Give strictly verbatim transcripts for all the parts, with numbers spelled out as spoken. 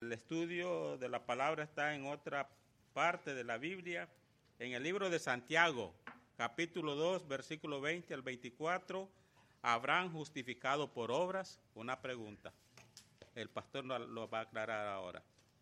El estudio de la palabra está en otra parte de la Biblia, en el libro de Santiago, capítulo dos, versículo veinte al veinticuatro. ¿Habrán justificado por obras? Una pregunta. El pastor lo, lo va a aclarar ahora.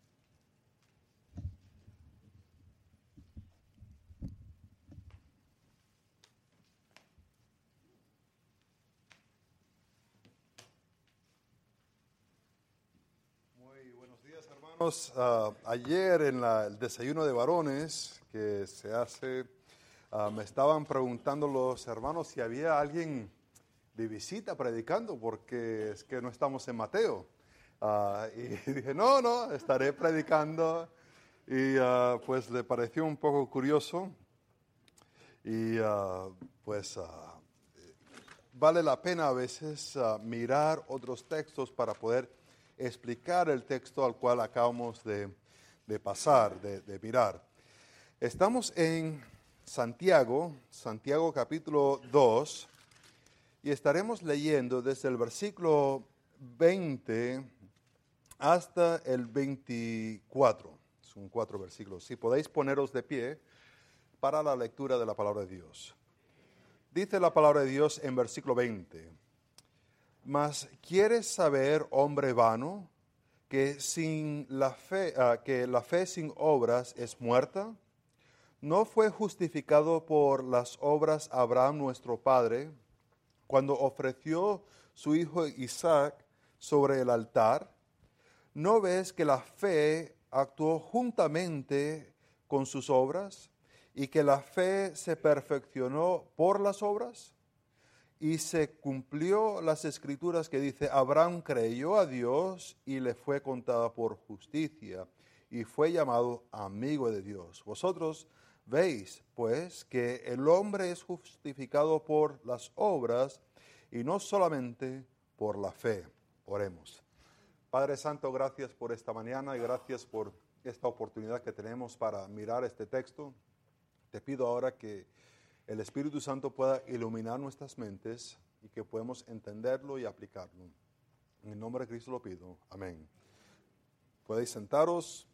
Uh, ayer en la, el desayuno de varones que se hace, uh, me estaban preguntando los hermanos si había alguien de visita predicando, porque es que no estamos en Mateo. Uh, y dije, no, no, estaré predicando. Y uh, pues le pareció un poco curioso. Y uh, pues uh, vale la pena a veces uh, mirar otros textos para poder explicar el texto al cual acabamos de, de pasar, de, de mirar. Estamos en Santiago, Santiago capítulo dos, y estaremos leyendo desde el versículo veinte hasta el veinticuatro. Son cuatro versículos. Si podéis poneros de pie para la lectura de la palabra de Dios. Dice la palabra de Dios en versículo veinte. Mas ¿quieres saber, hombre vano, que sin la fe, uh, que la fe sin obras es muerta? ¿No fue justificado por las obras Abraham nuestro padre, cuando ofreció su hijo Isaac sobre el altar? ¿No ves que la fe actuó juntamente con sus obras, y que la fe se perfeccionó por las obras? Y se cumplió las escrituras que dice, Abraham creyó a Dios y le fue contada por justicia, y fue llamado amigo de Dios. Vosotros veis, pues, que el hombre es justificado por las obras y no solamente por la fe. Oremos. Padre Santo, gracias por esta mañana y gracias por esta oportunidad que tenemos para mirar este texto. Te pido ahora que el Espíritu Santo pueda iluminar nuestras mentes y que podamos entenderlo y aplicarlo. En el nombre de Cristo lo pido. Amén. Podéis sentaros.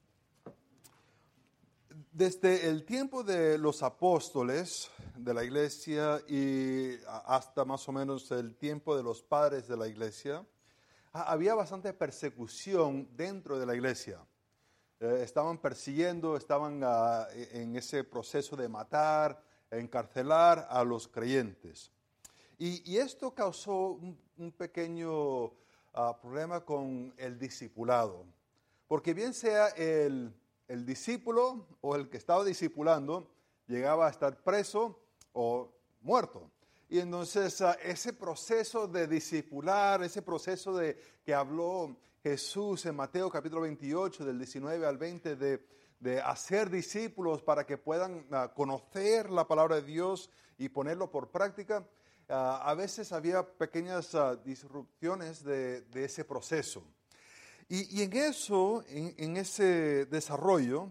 Desde el tiempo de los apóstoles de la iglesia y hasta más o menos el tiempo de los padres de la iglesia, había bastante persecución dentro de la iglesia. Eh, estaban persiguiendo, estaban uh, en ese proceso de matar, encarcelar a los creyentes. Y, y esto causó un, un pequeño uh, problema con el discipulado. Porque bien sea el, el discípulo o el que estaba discipulando, llegaba a estar preso o muerto. Y entonces uh, ese proceso de discipular, ese proceso de que habló Jesús en Mateo capítulo veintiocho, del diecinueve al veinte, de de hacer discípulos para que puedan uh, conocer la palabra de Dios y ponerlo por práctica, uh, a veces había pequeñas uh, disrupciones de, de ese proceso. Y, y en eso, en, en ese desarrollo,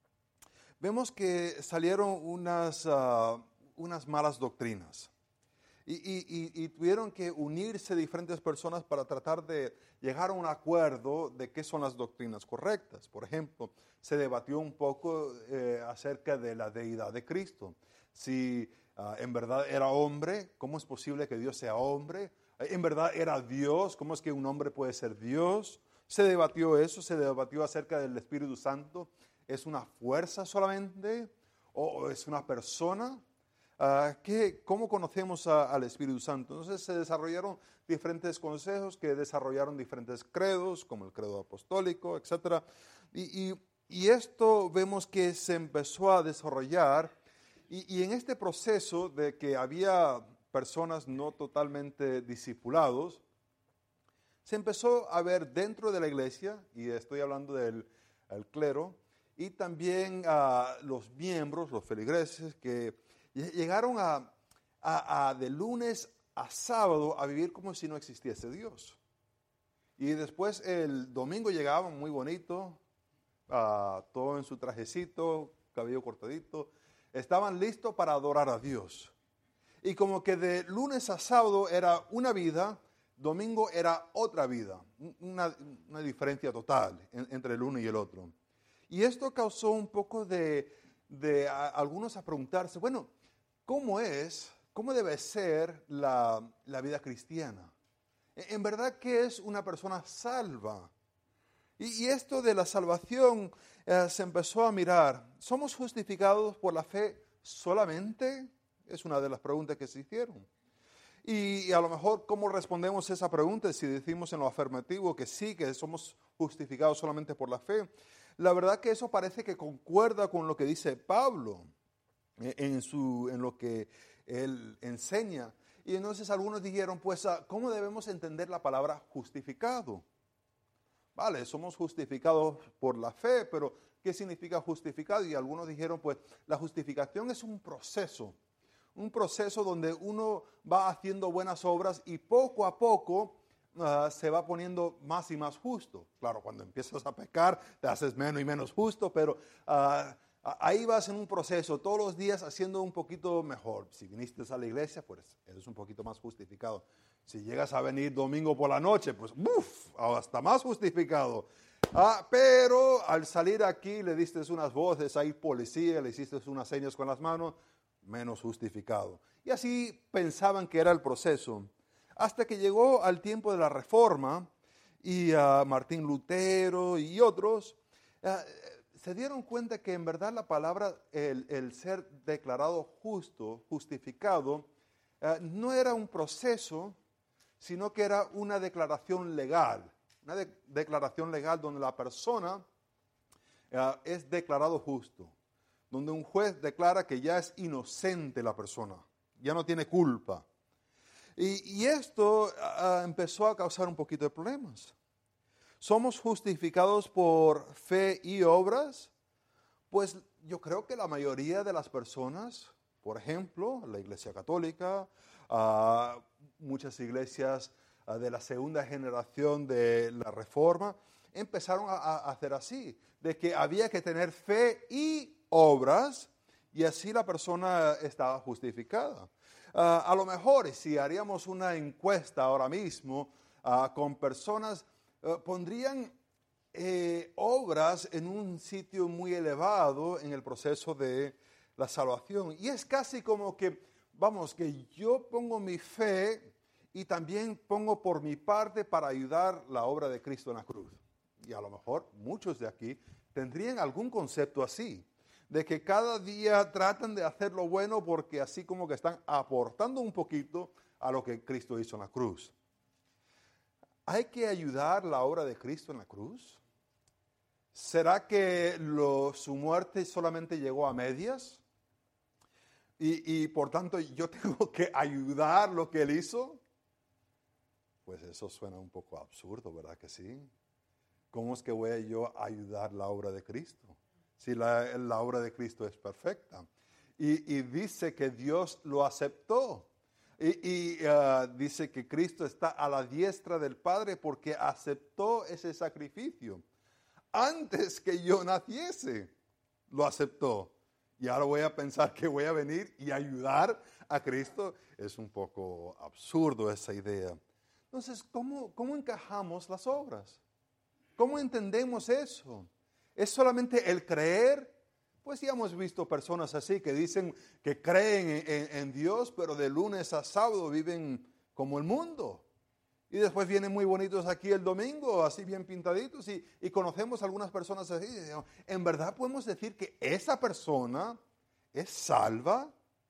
vemos que salieron unas, uh, unas malas doctrinas. Y, y, y, y tuvieron que unirse diferentes personas para tratar de llegar a un acuerdo de qué son las doctrinas correctas. Por ejemplo, se debatió un poco eh, acerca de la deidad de Cristo. Si uh, en verdad era hombre, ¿cómo es posible que Dios sea hombre? En verdad era Dios, ¿cómo es que un hombre puede ser Dios? Se debatió eso, se debatió acerca del Espíritu Santo. ¿Es una fuerza solamente o es una persona? Uh, ¿qué, ¿Cómo conocemos a, al Espíritu Santo? Entonces se desarrollaron diferentes consejos que desarrollaron diferentes credos, como el credo apostólico, etcétera. Y, y, y esto vemos que se empezó a desarrollar, y, y en este proceso de que había personas no totalmente discipulados, se empezó a ver dentro de la iglesia, y estoy hablando del el clero, y también a uh, los miembros, los feligreses, que llegaron a, a, a de lunes a sábado a vivir como si no existiese Dios. Y después el domingo llegaban muy bonito, uh, todo en su trajecito, cabello cortadito. Estaban listos para adorar a Dios. Y como que de lunes a sábado era una vida, domingo era otra vida, una, una diferencia total en, entre el uno y el otro. Y esto causó un poco de, de a, algunos a preguntarse, bueno, ¿cómo es, cómo debe ser la, la vida cristiana? En verdad, ¿qué es una persona salva? Y, y esto de la salvación eh, se empezó a mirar. ¿Somos justificados por la fe solamente? Es una de las preguntas que se hicieron. Y, y a lo mejor, ¿cómo respondemos a esa pregunta? Si decimos en lo afirmativo que sí, que somos justificados solamente por la fe. La verdad que eso parece que concuerda con lo que dice Pablo en, su, en lo que él enseña. Y entonces algunos dijeron, pues, ¿cómo debemos entender la palabra justificado? Vale, somos justificados por la fe, pero ¿qué significa justificado? Y algunos dijeron, pues, la justificación es un proceso, un proceso donde uno va haciendo buenas obras y poco a poco uh, se va poniendo más y más justo. Claro, cuando empiezas a pecar, te haces menos y menos justo, pero uh, ahí vas en un proceso, todos los días haciendo un poquito mejor. Si viniste a la iglesia, pues eres un poquito más justificado. Si llegas a venir domingo por la noche, pues ¡uf! Hasta más justificado. Ah, pero al salir aquí le diste unas voces ahí policía, le hiciste unas señas con las manos, menos justificado. Y así pensaban que era el proceso. Hasta que llegó al tiempo de la Reforma y uh, Martín Lutero y otros uh, se dieron cuenta que en verdad la palabra, el, el ser declarado justo, justificado, uh, no era un proceso, sino que era una declaración legal. Una de- declaración legal donde la persona uh, es declarado justo. Donde un juez declara que ya es inocente la persona, ya no tiene culpa. Y, y esto uh, empezó a causar un poquito de problemas. ¿Somos justificados por fe y obras? Pues yo creo que la mayoría de las personas, por ejemplo, la Iglesia Católica, uh, muchas iglesias uh, de la segunda generación de la Reforma, empezaron a, a hacer así, de que había que tener fe y obras, y así la persona estaba justificada. Uh, a lo mejor, si haríamos una encuesta ahora mismo uh, con personas, Uh, pondrían eh, obras en un sitio muy elevado en el proceso de la salvación. Y es casi como que, vamos, que yo pongo mi fe y también pongo por mi parte para ayudar la obra de Cristo en la cruz. Y a lo mejor muchos de aquí tendrían algún concepto así, de que cada día tratan de hacer lo bueno porque así como que están aportando un poquito a lo que Cristo hizo en la cruz. ¿Hay que ayudar la obra de Cristo en la cruz? ¿Será que lo, su muerte solamente llegó a medias? Y, y por tanto yo tengo que ayudar lo que Él hizo. Pues eso suena un poco absurdo, ¿verdad que sí? ¿Cómo es que voy a yo ayudar la obra de Cristo? Si la, la obra de Cristo es perfecta. Y, y dice que Dios lo aceptó. Y, y uh, dice que Cristo está a la diestra del Padre porque aceptó ese sacrificio. Antes que yo naciese, lo aceptó. Y ahora voy a pensar que voy a venir y ayudar a Cristo. Es un poco absurdo esa idea. Entonces, ¿cómo, cómo encajamos las obras? ¿Cómo entendemos eso? ¿Es solamente el creer? Pues ya hemos visto personas así que dicen que creen en, en, en Dios, pero de lunes a sábado viven como el mundo. Y después vienen muy bonitos aquí el domingo, así bien pintaditos, y, y conocemos algunas personas así. ¿En verdad podemos decir que esa persona es salva?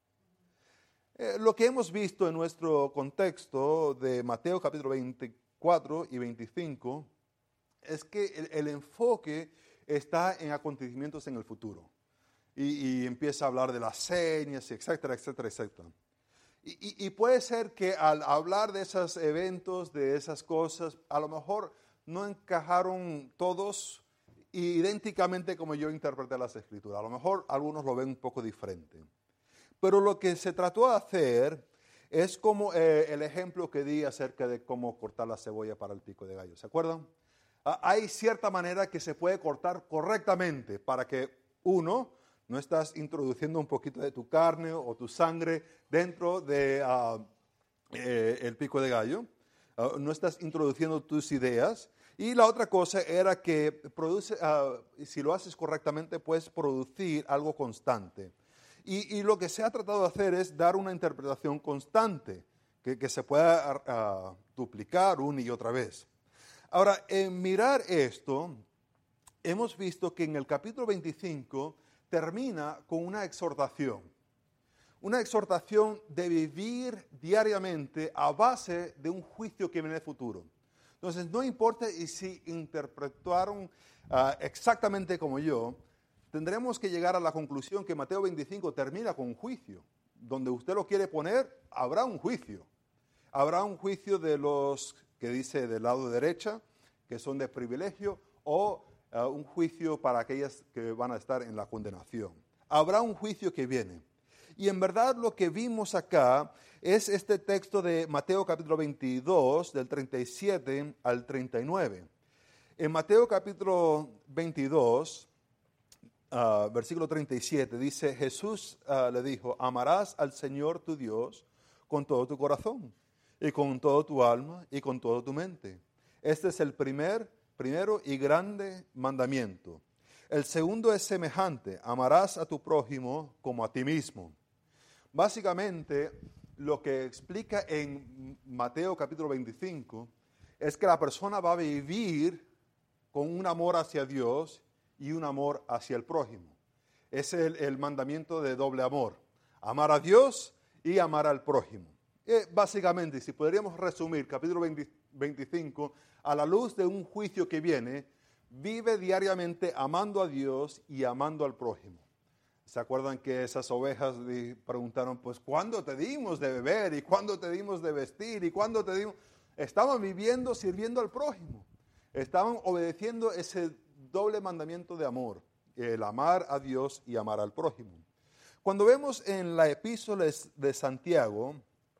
Eh, lo que hemos visto en nuestro contexto de Mateo capítulo veinticuatro y veinticinco es que el, el enfoque está en acontecimientos en el futuro. Y, y empieza a hablar de las señas, etcétera, etcétera, etcétera. Y, y, y puede ser que al hablar de esos eventos, de esas cosas, a lo mejor no encajaron todos idénticamente como yo interpreté las Escrituras. A lo mejor algunos lo ven un poco diferente. Pero lo que se trató de hacer es como eh, el ejemplo que di acerca de cómo cortar la cebolla para el pico de gallo. ¿Se acuerdan? Ah, hay cierta manera que se puede cortar correctamente para que uno... no estás introduciendo un poquito de tu carne o tu sangre dentro de uh, eh, el pico de gallo. uh, no estás introduciendo tus ideas. Y la otra cosa era que produce, uh, si lo haces correctamente, puedes producir algo constante. Y, y lo que se ha tratado de hacer es dar una interpretación constante, que, que se pueda uh, duplicar una y otra vez. Ahora, en mirar esto, hemos visto que en el capítulo veinticinco termina con una exhortación. Una exhortación de vivir diariamente a base de un juicio que viene en el futuro. Entonces, no importa si interpretaron uh, exactamente como yo, tendremos que llegar a la conclusión que Mateo veinticinco termina con un juicio. Donde usted lo quiere poner, habrá un juicio. Habrá un juicio de los que dice del lado derecha, que son de privilegio, o uh, un juicio para aquellas que van a estar en la condenación. Habrá un juicio que viene. Y en verdad lo que vimos acá es este texto de Mateo capítulo veintidós, del treinta y siete al treinta y nueve. En Mateo capítulo veintidós, uh, versículo treinta y siete, dice, Jesús uh, le dijo, amarás al Señor tu Dios con todo tu corazón, y con todo tu alma, y con toda tu mente. Este es el primer, primero y grande mandamiento. El segundo es semejante, amarás a tu prójimo como a ti mismo. Básicamente, lo que explica en Mateo capítulo veinticinco es que la persona va a vivir con un amor hacia Dios y un amor hacia el prójimo. Es el, el mandamiento de doble amor, amar a Dios y amar al prójimo. Eh, básicamente, si podríamos resumir capítulo veinte, veinticinco, a la luz de un juicio que viene, vive diariamente amando a Dios y amando al prójimo. ¿Se acuerdan que esas ovejas preguntaron, pues, ¿cuándo te dimos de beber? ¿Y cuándo te dimos de vestir? ¿Y cuándo te dimos? Estaban viviendo sirviendo al prójimo. Estaban obedeciendo ese doble mandamiento de amor, el amar a Dios y amar al prójimo. Cuando vemos en la epístola de Santiago,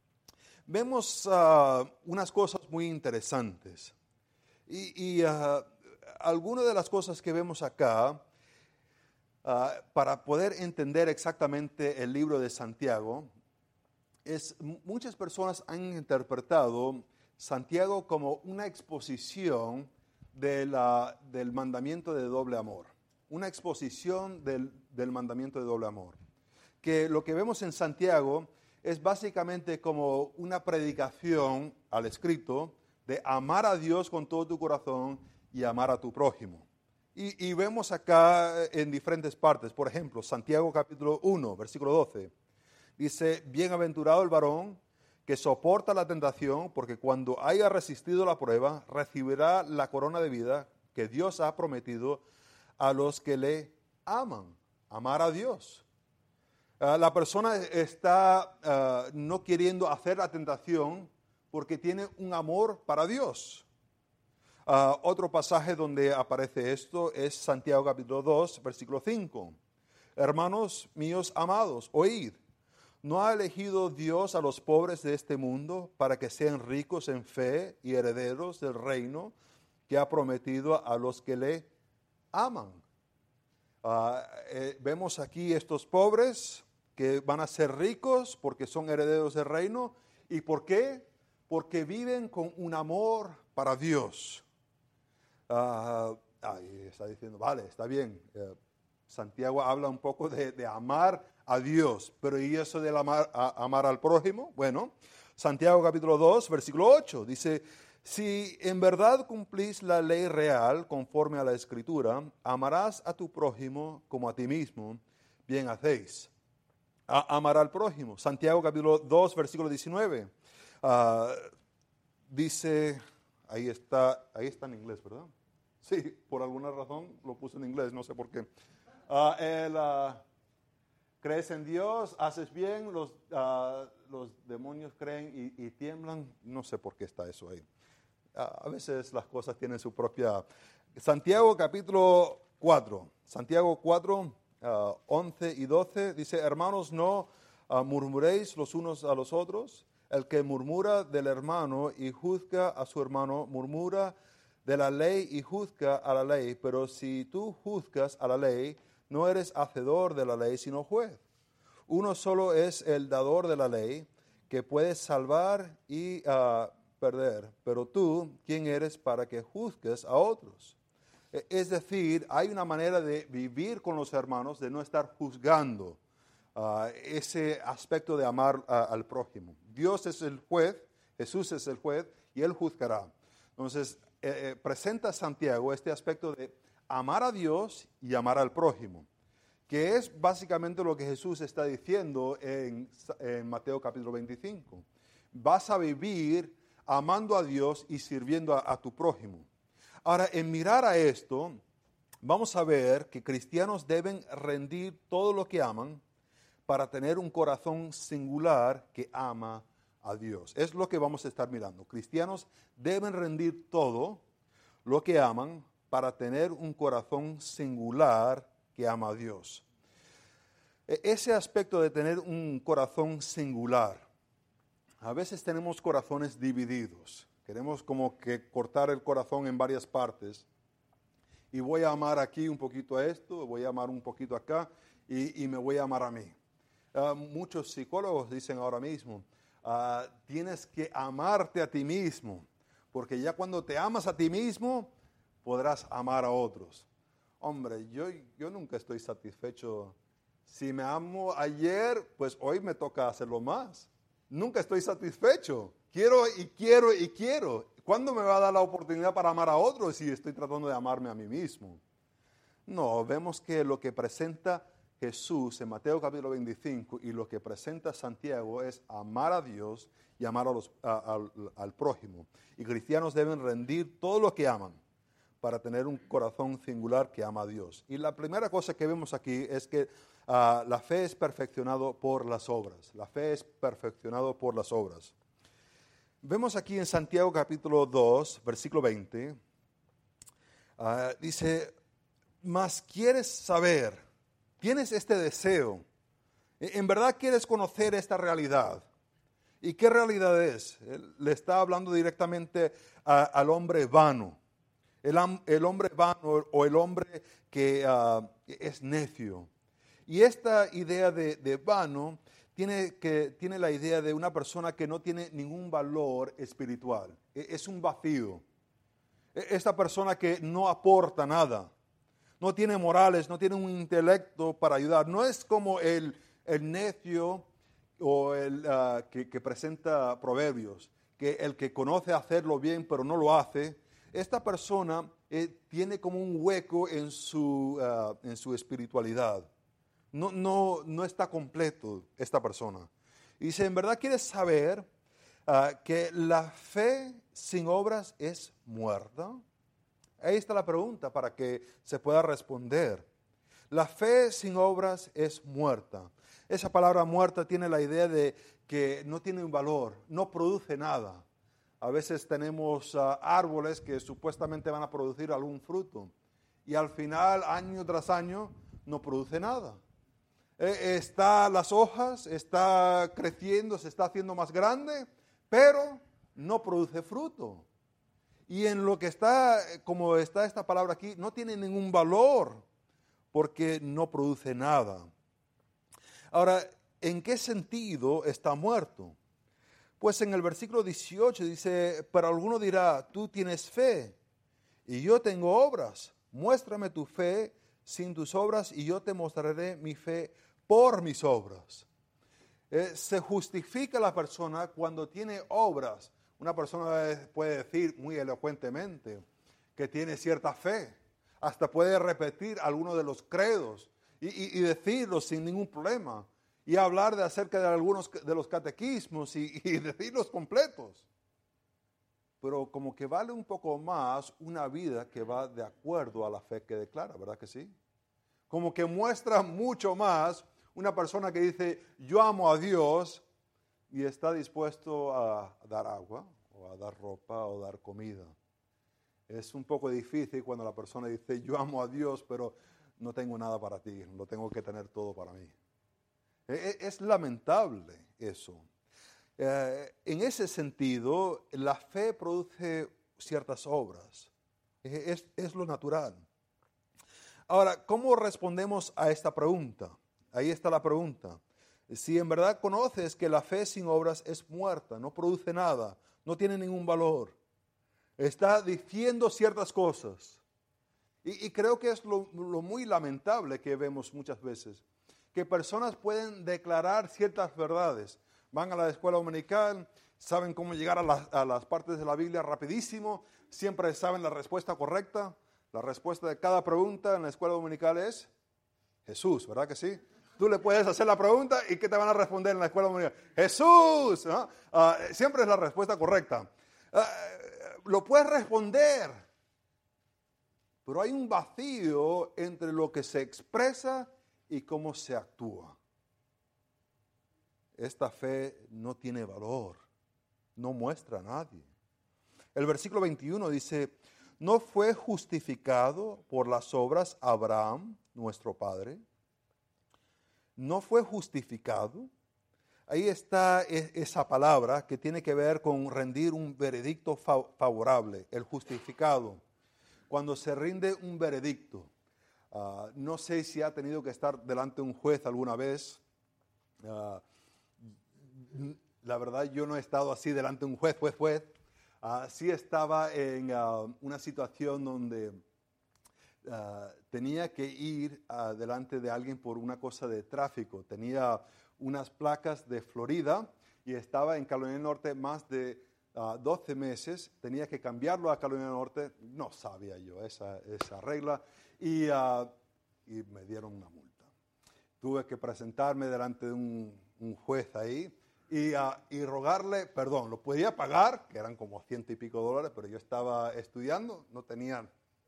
vemos uh, unas cosas muy interesantes. Y, y uh, algunas de las cosas que vemos acá, Uh, para poder entender exactamente el libro de Santiago, es, muchas personas han interpretado Santiago como una exposición de la, del mandamiento de doble amor, una exposición del, del mandamiento de doble amor, que lo que vemos en Santiago es básicamente como una predicación al escrito de amar a Dios con todo tu corazón y amar a tu prójimo. Y, y vemos acá en diferentes partes, por ejemplo, Santiago capítulo uno, versículo doce, dice, bienaventurado el varón que soporta la tentación, porque cuando haya resistido la prueba, recibirá la corona de vida que Dios ha prometido a los que le aman, amar a Dios. Uh, la persona está uh, no queriendo hacer la tentación porque tiene un amor para Dios. Uh, otro pasaje donde aparece esto es Santiago capítulo dos, versículo cinco. Hermanos míos amados, oíd, ¿no ha elegido Dios a los pobres de este mundo para que sean ricos en fe y herederos del reino que ha prometido a los que le aman? Uh, eh, vemos aquí estos pobres que van a ser ricos porque son herederos del reino. ¿Y por qué? Porque viven con un amor para Dios. Uh, ahí está diciendo, vale, está bien. Uh, Santiago habla un poco de, de amar a Dios, pero ¿y eso de amar, a, amar al prójimo? Bueno, Santiago capítulo dos, versículo ocho, dice, si en verdad cumplís la ley real conforme a la Escritura, amarás a tu prójimo como a ti mismo, bien hacéis. A, amar al prójimo. Santiago capítulo dos, versículo diecinueve, uh, dice... Ahí está, ahí está en inglés, ¿verdad? Sí, por alguna razón lo puse en inglés, no sé por qué. Uh, el, uh, crees en Dios, haces bien, los, uh, los demonios creen y, y tiemblan. No sé por qué está eso ahí. Uh, a veces las cosas tienen su propia... Santiago capítulo cuatro. Santiago cuatro, uh, once y doce dice, hermanos, no uh, murmuréis los unos a los otros. El que murmura del hermano y juzga a su hermano, murmura de la ley y juzga a la ley. Pero si tú juzgas a la ley, no eres hacedor de la ley, sino juez. Uno solo es el dador de la ley, que puede salvar y uh, perder, pero tú, ¿quién eres para que juzgues a otros? Es decir, hay una manera de vivir con los hermanos, de no estar juzgando uh, ese aspecto de amar uh, al prójimo. Dios es el juez, Jesús es el juez y Él juzgará. Entonces, eh, eh, presenta a Santiago este aspecto de amar a Dios y amar al prójimo, que es básicamente lo que Jesús está diciendo en, en Mateo capítulo veinticinco. Vas a vivir amando a Dios y sirviendo a, a tu prójimo. Ahora, en mirar a esto, vamos a ver que cristianos deben rendir todo lo que aman para tener un corazón singular que ama a Dios. Es lo que vamos a estar mirando. Cristianos deben rendir todo lo que aman para tener un corazón singular que ama a Dios. Ese aspecto de tener un corazón singular, a veces tenemos corazones divididos. Queremos como que cortar el corazón en varias partes. Y voy a amar aquí un poquito a esto, voy a amar un poquito acá y, y me voy a amar a mí. Uh, muchos psicólogos dicen ahora mismo, uh, tienes que amarte a ti mismo, porque ya cuando te amas a ti mismo, podrás amar a otros. Hombre, yo, yo nunca estoy satisfecho. Si me amo ayer, pues hoy me toca hacerlo más. Nunca estoy satisfecho. Quiero y quiero y quiero. ¿Cuándo me va a dar la oportunidad para amar a otros si estoy tratando de amarme a mí mismo? No, vemos que lo que presenta Jesús en Mateo capítulo veinticinco y lo que presenta Santiago es amar a Dios y amar a los, a, a, al prójimo. Y cristianos deben rendir todo lo que aman para tener un corazón singular que ama a Dios. Y la primera cosa que vemos aquí es que uh, la fe es perfeccionado por las obras. La fe es perfeccionado por las obras. Vemos aquí en Santiago capítulo dos, versículo veinte, uh, dice, mas quieres saber, tienes este deseo, en verdad quieres conocer esta realidad. ¿Y qué realidad es? Él le está hablando directamente a, al hombre vano. El, el hombre vano o el hombre que uh, es necio. Y esta idea de, de vano tiene, que, tiene la idea de una persona que no tiene ningún valor espiritual. Es un vacío. Esta persona que no aporta nada. No tiene morales, no tiene un intelecto para ayudar. No es como el, el necio o el uh, que, que presenta proverbios, que el que conoce hacerlo bien pero no lo hace. Esta persona eh, tiene como un hueco en su, uh, en su espiritualidad. No, no, no está completo esta persona. Y dice, ¿en verdad quieres saber uh, que la fe sin obras es muerta? Ahí está la pregunta para que se pueda responder. La fe sin obras es muerta. Esa palabra muerta tiene la idea de que no tiene un valor, no produce nada. A veces tenemos uh, árboles que supuestamente van a producir algún fruto y al final, año tras año, no produce nada. Eh, está las hojas, está creciendo, se está haciendo más grande, pero no produce fruto. Y en lo que está, como está esta palabra aquí, no tiene ningún valor porque no produce nada. Ahora, ¿en qué sentido está muerto? Pues en el versículo dieciocho dice, pero alguno dirá, tú tienes fe y yo tengo obras. Muéstrame tu fe sin tus obras y yo te mostraré mi fe por mis obras. Eh, se justifica la persona cuando tiene obras. Una persona puede decir muy elocuentemente que tiene cierta fe. Hasta puede repetir algunos de los credos y, y, y decirlo sin ningún problema. Y hablar de acerca de algunos de los catequismos y, y decirlos completos. Pero como que vale un poco más una vida que va de acuerdo a la fe que declara, ¿verdad que sí? Como que muestra mucho más una persona que dice, yo amo a Dios y está dispuesto a dar agua o a dar ropa o dar comida. Es un poco difícil cuando la persona dice, yo amo a Dios, pero no tengo nada para ti, lo tengo que tener todo para mí. Es lamentable eso. Eh, en ese sentido, la fe produce ciertas obras. Es, es lo natural. Ahora, ¿cómo respondemos a esta pregunta? Ahí está la pregunta. Si en verdad conoces que la fe sin obras es muerta, no produce nada, no tiene ningún valor, está diciendo ciertas cosas. Y, y creo que es lo, lo muy lamentable que vemos muchas veces, que personas pueden declarar ciertas verdades. Van a la escuela dominical, saben cómo llegar a las, a las partes de la Biblia rapidísimo, siempre saben la respuesta correcta. La respuesta de cada pregunta en la escuela dominical es Jesús, ¿verdad que sí? Tú le puedes hacer la pregunta y ¿qué te van a responder en la escuela dominical? Jesús, ¿no? Uh, siempre es la respuesta correcta. Uh, lo puedes responder, pero hay un vacío entre lo que se expresa y cómo se actúa. Esta fe no tiene valor, no muestra a nadie. El versículo veintiuno dice, ¿no fue justificado por las obras Abraham, nuestro padre? ¿No fue justificado? Ahí está esa palabra que tiene que ver con rendir un veredicto favorable, el justificado. Cuando se rinde un veredicto, uh, no sé si ha tenido que estar delante de un juez alguna vez. Uh, la verdad, yo no he estado así delante de un juez, juez, juez. Uh, sí estaba en uh, una situación donde uh, tenía que ir uh, delante de alguien por una cosa de tráfico. Tenía unas placas de Florida y estaba en Carolina del Norte más de uh, doce meses. Tenía que cambiarlo a Carolina del Norte. No sabía yo esa, esa regla y, uh, y me dieron una multa. Tuve que presentarme delante de un, un juez ahí. Y, uh, y rogarle perdón. Lo podía pagar, que eran como ciento y pico dólares, pero yo estaba estudiando, no tenía,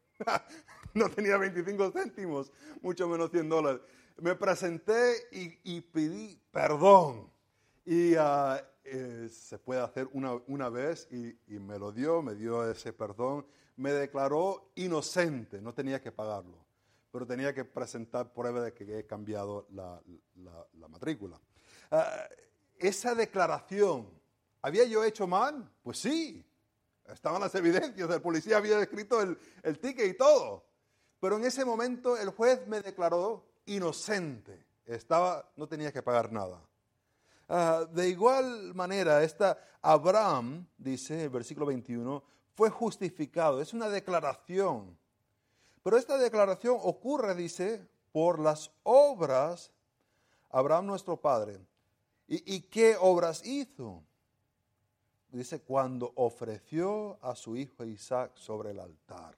no tenía veinticinco céntimos, mucho menos cien dólares. Me presenté y, y pedí perdón. Y uh, eh, se puede hacer una, una vez y, y me lo dio, me dio ese perdón. Me declaró inocente, no tenía que pagarlo, pero tenía que presentar prueba de que he cambiado la, la, la matrícula. Uh, Esa declaración, ¿había yo hecho mal? Pues sí, estaban las evidencias, el policía había escrito el, el ticket y todo. Pero en ese momento el juez me declaró inocente, estaba, no tenía que pagar nada. Uh, de igual manera, esta Abraham, dice el versículo veintiuno, fue justificado, es una declaración. Pero esta declaración ocurre, dice, por las obras, Abraham nuestro padre. ¿Y, ¿Y qué obras hizo? Dice, cuando ofreció a su hijo Isaac sobre el altar.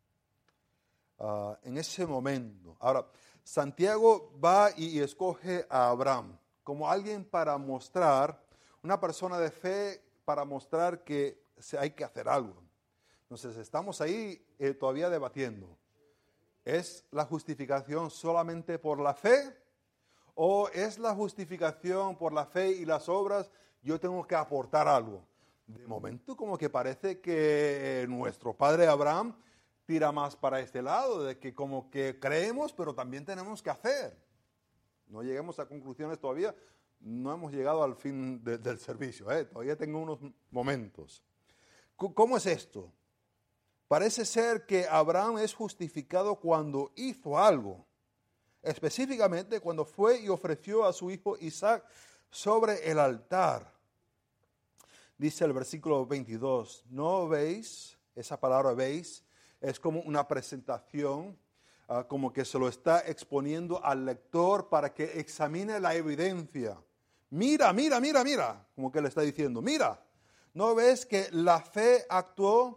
Uh, en ese momento. Ahora, Santiago va y, y escoge a Abraham como alguien para mostrar, una persona de fe para mostrar que se, hay que hacer algo. Entonces, estamos ahí eh, todavía debatiendo. ¿Es la justificación solamente por la fe? ¿O es la justificación por la fe y las obras? Yo tengo que aportar algo. De momento como que parece que nuestro padre Abraham tira más para este lado, de que como que creemos, pero también tenemos que hacer. No lleguemos a conclusiones todavía, no hemos llegado al fin de, del servicio, ¿eh? Todavía tengo unos momentos. ¿Cómo es esto? Parece ser que Abraham es justificado cuando hizo algo. Específicamente cuando fue y ofreció a su hijo Isaac sobre el altar. Dice el versículo veintidós, ¿no veis? Esa palabra veis es como una presentación, uh, como que se lo está exponiendo al lector para que examine la evidencia. Mira, mira, mira, mira, como que le está diciendo, mira, ¿no ves que la fe actuó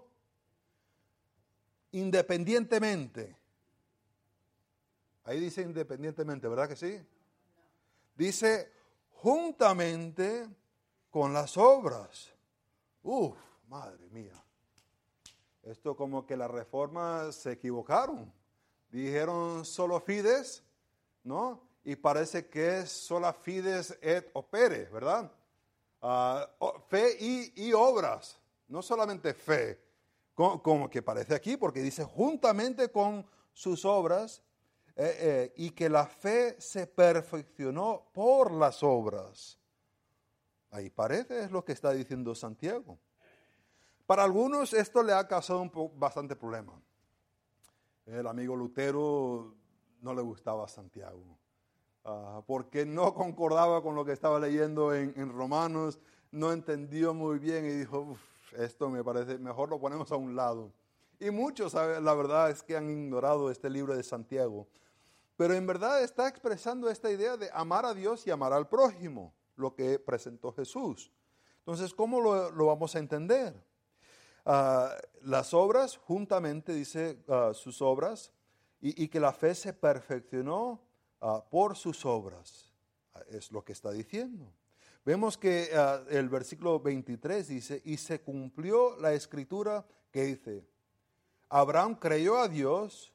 independientemente? Ahí dice independientemente, ¿verdad que sí? Dice juntamente con las obras. Uf, madre mía. Esto como que la reforma se equivocaron. Dijeron solo fides, ¿no? Y parece que es sola fides et opere, ¿verdad? Uh, fe y, y obras, no solamente fe, como, como que parece aquí, porque dice juntamente con sus obras. Eh, eh, y que la fe se perfeccionó por las obras. Ahí parece es lo que está diciendo Santiago. Para algunos esto le ha causado un po- bastante problema. El amigo Lutero no le gustaba a Santiago. uh, porque no concordaba con lo que estaba leyendo en, en Romanos, no entendió muy bien y dijo, esto me parece, mejor lo ponemos a un lado. Y muchos, la verdad, es que han ignorado este libro de Santiago. Pero en verdad está expresando esta idea de amar a Dios y amar al prójimo, lo que presentó Jesús. Entonces, ¿cómo lo, lo vamos a entender? Uh, las obras, juntamente dice uh, sus obras, y, y que la fe se perfeccionó uh, por sus obras. Uh, es lo que está diciendo. Vemos que uh, el versículo veintitrés dice, y se cumplió la escritura que dice, Abraham creyó a Dios.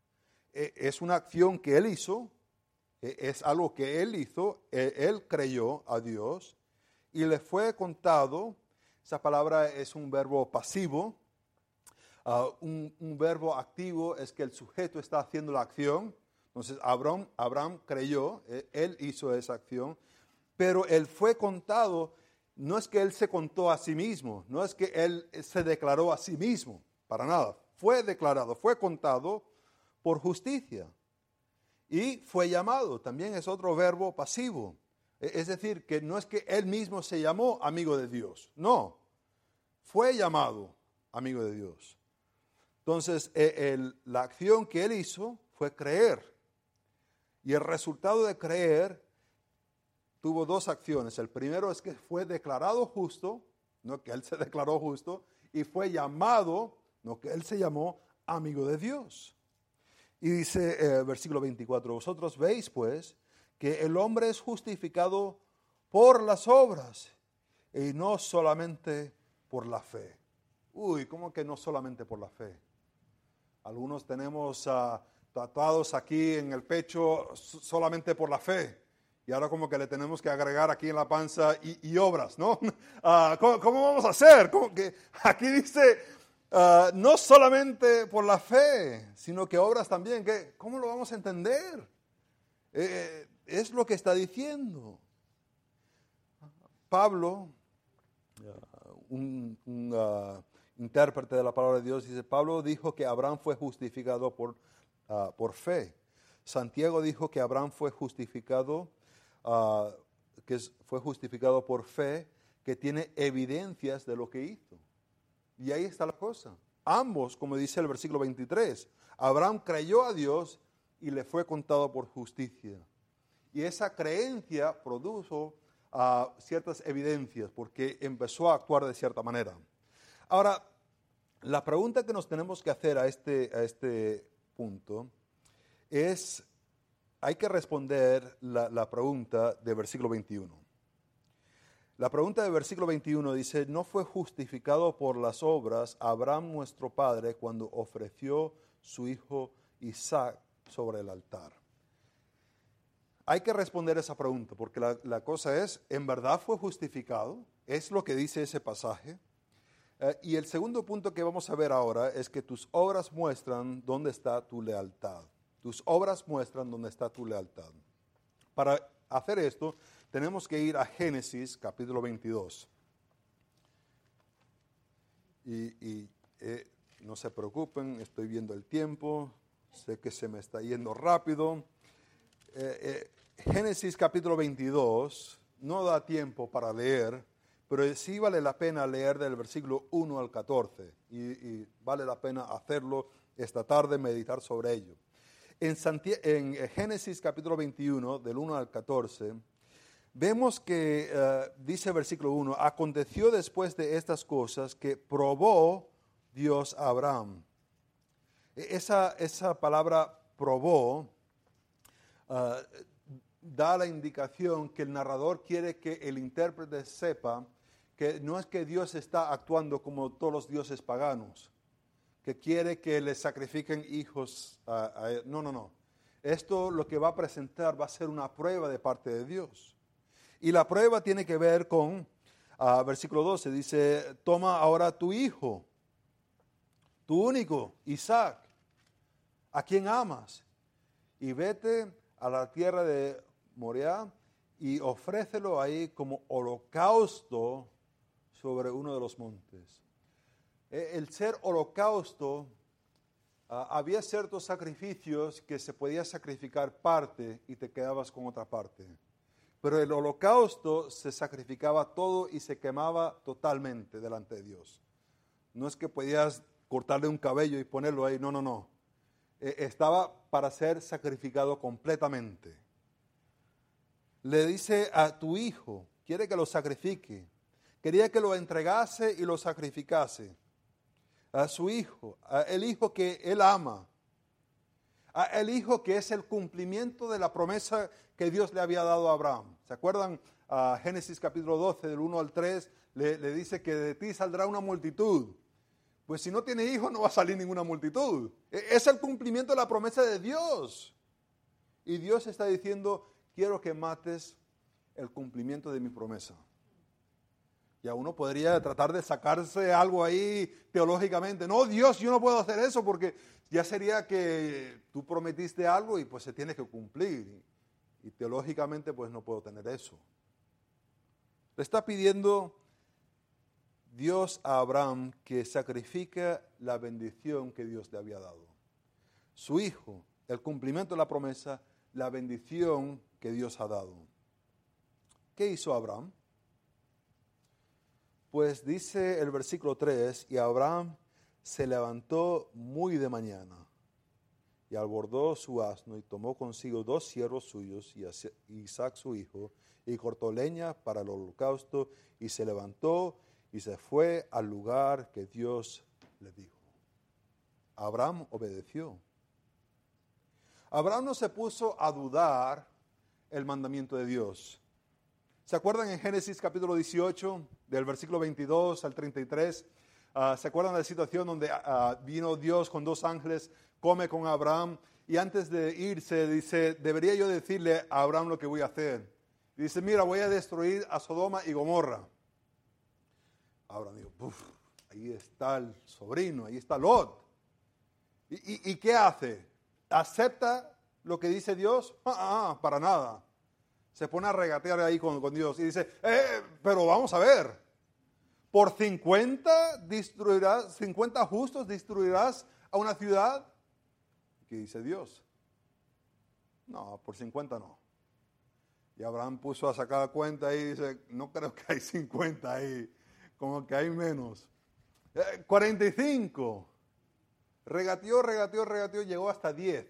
Es una acción que él hizo, es algo que él hizo, él creyó a Dios y le fue contado. Esa palabra es un verbo pasivo, uh, un, un verbo activo es que el sujeto está haciendo la acción. Entonces Abraham, Abraham creyó, él hizo esa acción, pero él fue contado, no es que él se contó a sí mismo, no es que él se declaró a sí mismo, para nada, fue declarado, fue contado por justicia. Y fue llamado, también es otro verbo pasivo. Es decir, que no es que él mismo se llamó amigo de Dios, no, fue llamado amigo de Dios. Entonces, el, la acción que él hizo fue creer. Y el resultado de creer tuvo dos acciones. El primero es que fue declarado justo, no que él se declaró justo, y fue llamado, no que él se llamó amigo de Dios. Y dice eh, versículo veinticuatro, vosotros veis pues que el hombre es justificado por las obras y no solamente por la fe. Uy, ¿cómo que no solamente por la fe? Algunos tenemos uh, tatuados aquí en el pecho solamente por la fe. Y ahora como que le tenemos que agregar aquí en la panza y, y obras, ¿no? Uh, ¿cómo, ¿Cómo vamos a hacer? ¿Cómo que aquí dice... Uh, no solamente por la fe, sino que obras también. ¿Qué? ¿Cómo lo vamos a entender? Eh, es lo que está diciendo. Pablo, uh, un, un uh, intérprete de la palabra de Dios, dice, Pablo dijo que Abraham fue justificado por, uh, por fe. Santiago dijo que Abraham fue justificado, uh, que fue justificado por fe, que tiene evidencias de lo que hizo. Y ahí está la cosa. Ambos, como dice el versículo veintitrés, Abraham creyó a Dios y le fue contado por justicia. Y esa creencia produjo uh, ciertas evidencias porque empezó a actuar de cierta manera. Ahora, la pregunta que nos tenemos que hacer a este, a este punto es, hay que responder la, la pregunta del versículo veintiuno. La pregunta del versículo veintiuno dice, ¿no fue justificado por las obras Abraham nuestro padre cuando ofreció su hijo Isaac sobre el altar? Hay que responder esa pregunta porque la, la cosa es, ¿en verdad fue justificado? Es lo que dice ese pasaje. Eh, y el segundo punto que vamos a ver ahora es que tus obras muestran dónde está tu lealtad. Tus obras muestran dónde está tu lealtad. Para hacer esto, tenemos que ir a Génesis capítulo veintidós. Y, y eh, no se preocupen, estoy viendo el tiempo, sé que se me está yendo rápido. Eh, eh, Génesis capítulo veintidós no da tiempo para leer, pero sí vale la pena leer del versículo uno al catorce. Y, y vale la pena hacerlo esta tarde, meditar sobre ello. En, Santi- en Génesis capítulo veintiuno, del uno al catorce, vemos que, uh, dice el versículo uno, aconteció después de estas cosas que probó Dios a Abraham. Esa, esa palabra probó uh, da la indicación que el narrador quiere que el intérprete sepa que no es que Dios está actuando como todos los dioses paganos, que quiere que le sacrifiquen hijos a, a él. No, no, no. Esto lo que va a presentar va a ser una prueba de parte de Dios. Y la prueba tiene que ver con, uh, versículo doce, dice, toma ahora tu hijo, tu único, Isaac, a quien amas, y vete a la tierra de Moriah y ofrécelo ahí como holocausto sobre uno de los montes. El ser holocausto Uh, había ciertos sacrificios que se podía sacrificar parte y te quedabas con otra parte. Pero el holocausto se sacrificaba todo y se quemaba totalmente delante de Dios. No es que podías cortarle un cabello y ponerlo ahí, no, no, no. Eh, estaba para ser sacrificado completamente. Le dice a tu hijo, quiere que lo sacrifique. Quería que lo entregase y lo sacrificase. A su hijo, a el hijo que él ama. A el hijo que es el cumplimiento de la promesa que Dios le había dado a Abraham. ¿Se acuerdan? A Génesis capítulo doce, del uno al tres, le, le dice que de ti saldrá una multitud. Pues si no tiene hijos no va a salir ninguna multitud. Es el cumplimiento de la promesa de Dios. Y Dios está diciendo, quiero que mates el cumplimiento de mi promesa. Ya uno podría tratar de sacarse algo ahí teológicamente. No, Dios, yo no puedo hacer eso porque ya sería que tú prometiste algo y pues se tiene que cumplir. Y, y teológicamente pues no puedo tener eso. Le está pidiendo Dios a Abraham que sacrifique la bendición que Dios le había dado. Su hijo, el cumplimiento de la promesa, la bendición que Dios ha dado. ¿Qué hizo Abraham? Pues dice el versículo tres, y Abraham se levantó muy de mañana y abordó su asno y tomó consigo dos siervos suyos y Isaac su hijo y cortó leña para el holocausto y se levantó y se fue al lugar que Dios le dijo. Abraham obedeció. Abraham no se puso a dudar el mandamiento de Dios. ¿Se acuerdan en Génesis capítulo dieciocho, del versículo veintidós al treinta y tres? Uh, ¿Se acuerdan de la situación donde uh, vino Dios con dos ángeles, come con Abraham y antes de irse dice, debería yo decirle a Abraham lo que voy a hacer? Y dice, mira, voy a destruir a Sodoma y Gomorra. Abraham dijo, puf, ahí está el sobrino, ahí está Lot. ¿Y, y, y qué hace? ¿Acepta lo que dice Dios? Ah, ah, para nada. Se pone a regatear ahí con, con Dios y dice, eh, pero vamos a ver, por cincuenta destruirás, cincuenta justos destruirás a una ciudad. ¿Qué dice Dios? No, por cincuenta no. Y Abraham puso a sacar la cuenta ahí y dice, no creo que hay cincuenta ahí, como que hay menos. Eh, cuarenta y cinco. Regateó, regateó, regateó, llegó hasta diez.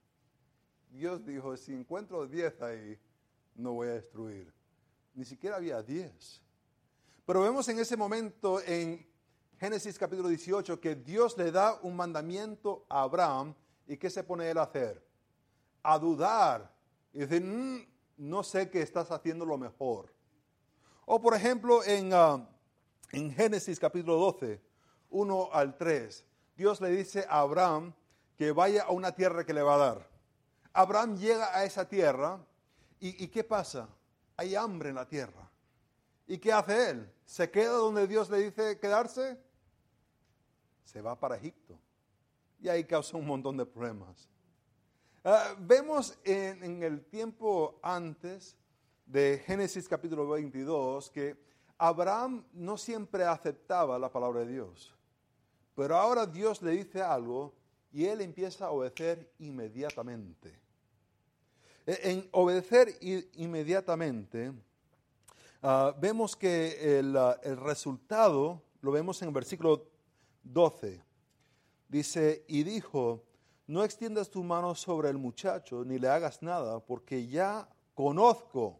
Dios dijo, si encuentro diez ahí, no voy a destruir. Ni siquiera había diez. Pero vemos en ese momento en Génesis capítulo dieciocho que Dios le da un mandamiento a Abraham. ¿Y qué se pone él a hacer? A dudar. Y decir, mmm, no sé que estás haciendo lo mejor. O por ejemplo en, uh, en Génesis capítulo doce, uno al tres. Dios le dice a Abraham que vaya a una tierra que le va a dar. Abraham llega a esa tierra. ¿Y, ¿Y qué pasa? Hay hambre en la tierra. ¿Y qué hace él? ¿Se queda donde Dios le dice quedarse? Se va para Egipto. Y ahí causa un montón de problemas. Uh, vemos en, en el tiempo antes de Génesis capítulo veintidós que Abraham no siempre aceptaba la palabra de Dios. Pero ahora Dios le dice algo y él empieza a obedecer inmediatamente. En obedecer inmediatamente, uh, vemos que el, uh, el resultado lo vemos en el versículo doce. Dice, y dijo, no extiendas tu mano sobre el muchacho, ni le hagas nada, porque ya conozco.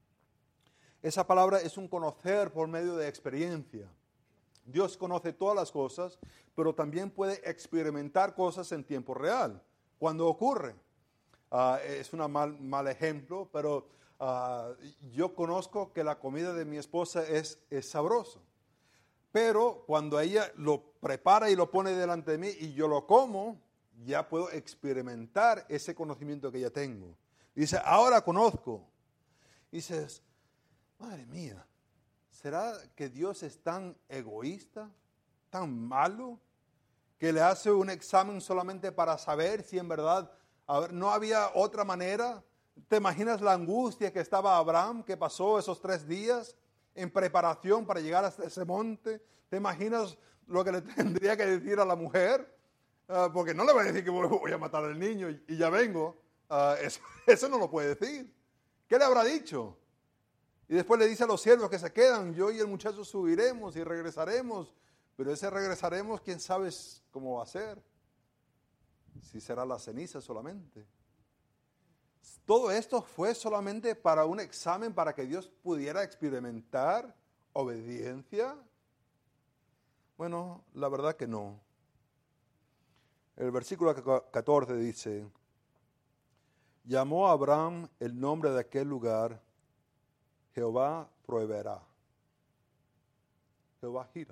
Esa palabra es un conocer por medio de experiencia. Dios conoce todas las cosas, pero también puede experimentar cosas en tiempo real, cuando ocurre. Uh, es un mal, mal ejemplo, pero uh, yo conozco que la comida de mi esposa es, es sabrosa. Pero cuando ella lo prepara y lo pone delante de mí y yo lo como, ya puedo experimentar ese conocimiento que ya tengo. Dice, ahora conozco. Dices, madre mía, ¿será que Dios es tan egoísta, tan malo, que le hace un examen solamente para saber si en verdad a ver, no había otra manera? ¿Te imaginas la angustia que estaba Abraham, que pasó esos tres días en preparación para llegar hasta ese monte? ¿Te imaginas lo que le tendría que decir a la mujer? Uh, porque no le va a decir que voy, voy a matar al niño y, y ya vengo. Uh, eso, eso no lo puede decir. ¿Qué le habrá dicho? Y después le dice a los siervos que se quedan, yo y el muchacho subiremos y regresaremos. Pero ese regresaremos, quién sabe cómo va a ser. Si será la ceniza solamente. Todo esto fue solamente para un examen, para que Dios pudiera experimentar obediencia. Bueno, la verdad que no. El versículo catorce dice, llamó a Abraham el nombre de aquel lugar, Jehová proveerá. Jehová gira.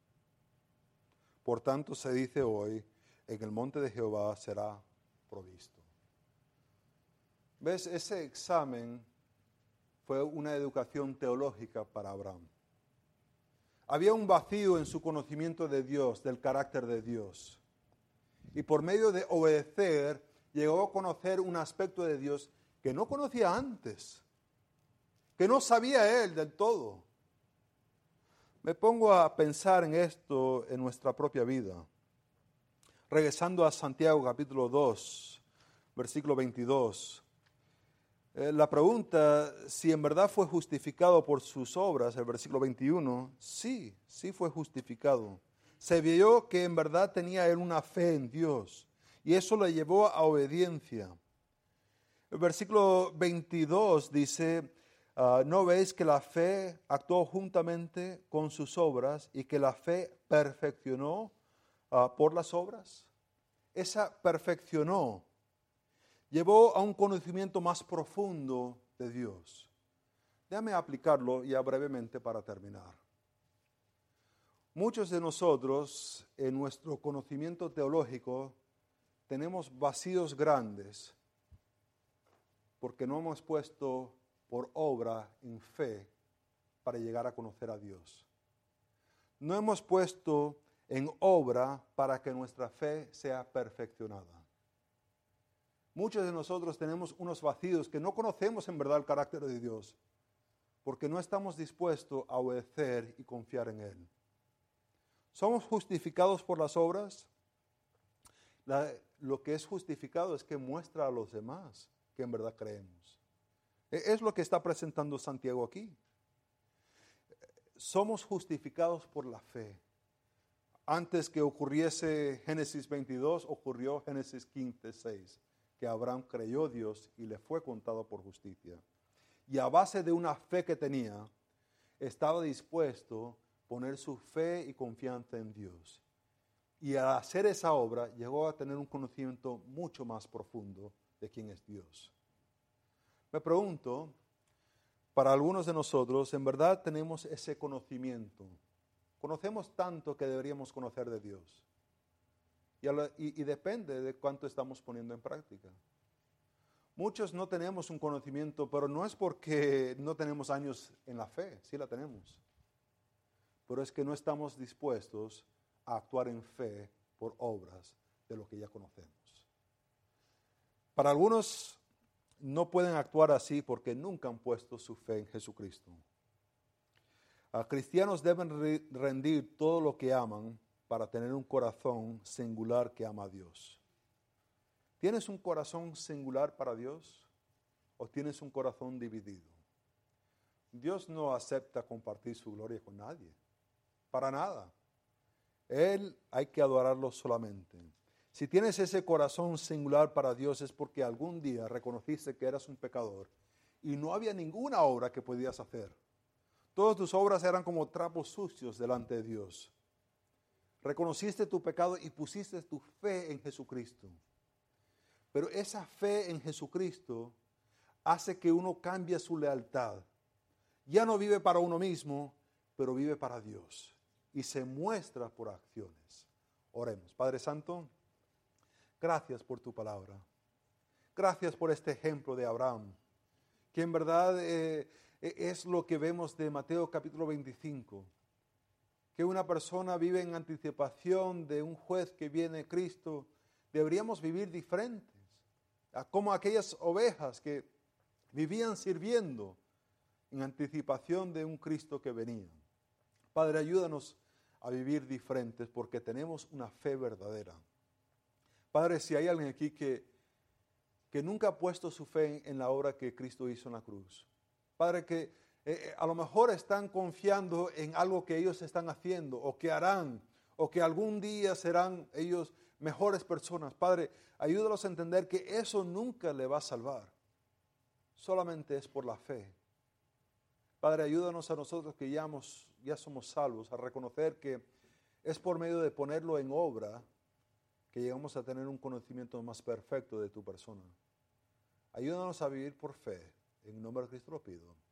Por tanto se dice hoy, en el monte de Jehová será provisto. ¿Ves? Ese examen fue una educación teológica para Abraham. Había un vacío en su conocimiento de Dios, del carácter de Dios. Y por medio de obedecer, llegó a conocer un aspecto de Dios que no conocía antes, que no sabía él del todo. Me pongo a pensar en esto en nuestra propia vida. Regresando a Santiago capítulo dos, versículo veintidós. Eh, la pregunta, si en verdad fue justificado por sus obras, el versículo veintiuno, sí, sí fue justificado. Se vio que en verdad tenía él una fe en Dios y eso le llevó a obediencia. El versículo veintidós dice, uh, ¿no veis que la fe actuó juntamente con sus obras y que la fe perfeccionó uh, por las obras? Esa perfeccionó, llevó a un conocimiento más profundo de Dios. Déjame aplicarlo ya brevemente para terminar. Muchos de nosotros, en nuestro conocimiento teológico, tenemos vacíos grandes porque no hemos puesto por obra en fe para llegar a conocer a Dios. No hemos puesto en obra para que nuestra fe sea perfeccionada. Muchos de nosotros tenemos unos vacíos que no conocemos en verdad el carácter de Dios porque no estamos dispuestos a obedecer y confiar en Él. ¿Somos justificados por las obras? La, lo que es justificado es que muestra a los demás que en verdad creemos. Es lo que está presentando Santiago aquí. Somos justificados por la fe. Antes que ocurriese Génesis veintidós, ocurrió Génesis quince, seis, que Abraham creyó a Dios y le fue contado por justicia. Y a base de una fe que tenía, estaba dispuesto a poner su fe y confianza en Dios. Y al hacer esa obra, llegó a tener un conocimiento mucho más profundo de quién es Dios. Me pregunto, para algunos de nosotros, ¿en verdad tenemos ese conocimiento? Conocemos tanto que deberíamos conocer de Dios. Y, la, y, y depende de cuánto estamos poniendo en práctica. Muchos no tenemos un conocimiento, pero no es porque no tenemos años en la fe, sí la tenemos. Pero es que no estamos dispuestos a actuar en fe por obras de lo que ya conocemos. Para algunos no pueden actuar así porque nunca han puesto su fe en Jesucristo. A cristianos deben re- rendir todo lo que aman para tener un corazón singular que ama a Dios. ¿Tienes un corazón singular para Dios o tienes un corazón dividido? Dios no acepta compartir su gloria con nadie. Para nada. Él hay que adorarlo solamente. Si tienes ese corazón singular para Dios es porque algún día reconociste que eras un pecador y no había ninguna obra que podías hacer. Todas tus obras eran como trapos sucios delante de Dios. Reconociste tu pecado y pusiste tu fe en Jesucristo. Pero esa fe en Jesucristo hace que uno cambie su lealtad. Ya no vive para uno mismo, pero vive para Dios. Y se muestra por acciones. Oremos. Padre Santo, gracias por tu palabra. Gracias por este ejemplo de Abraham, que en verdad eh, es lo que vemos de Mateo capítulo veinticinco. Que una persona vive en anticipación de un juez que viene Cristo. Deberíamos vivir diferentes, como aquellas ovejas que vivían sirviendo en anticipación de un Cristo que venía. Padre, ayúdanos a vivir diferentes porque tenemos una fe verdadera. Padre, si hay alguien aquí que, que nunca ha puesto su fe en, en la obra que Cristo hizo en la cruz. Padre, que eh, a lo mejor están confiando en algo que ellos están haciendo o que harán o que algún día serán ellos mejores personas. Padre, ayúdalos a entender que eso nunca le va a salvar. Solamente es por la fe. Padre, ayúdanos a nosotros que ya, hemos, ya somos salvos a reconocer que es por medio de ponerlo en obra que llegamos a tener un conocimiento más perfecto de tu persona. Ayúdanos a vivir por fe. En el nombre de Cristo lo pido.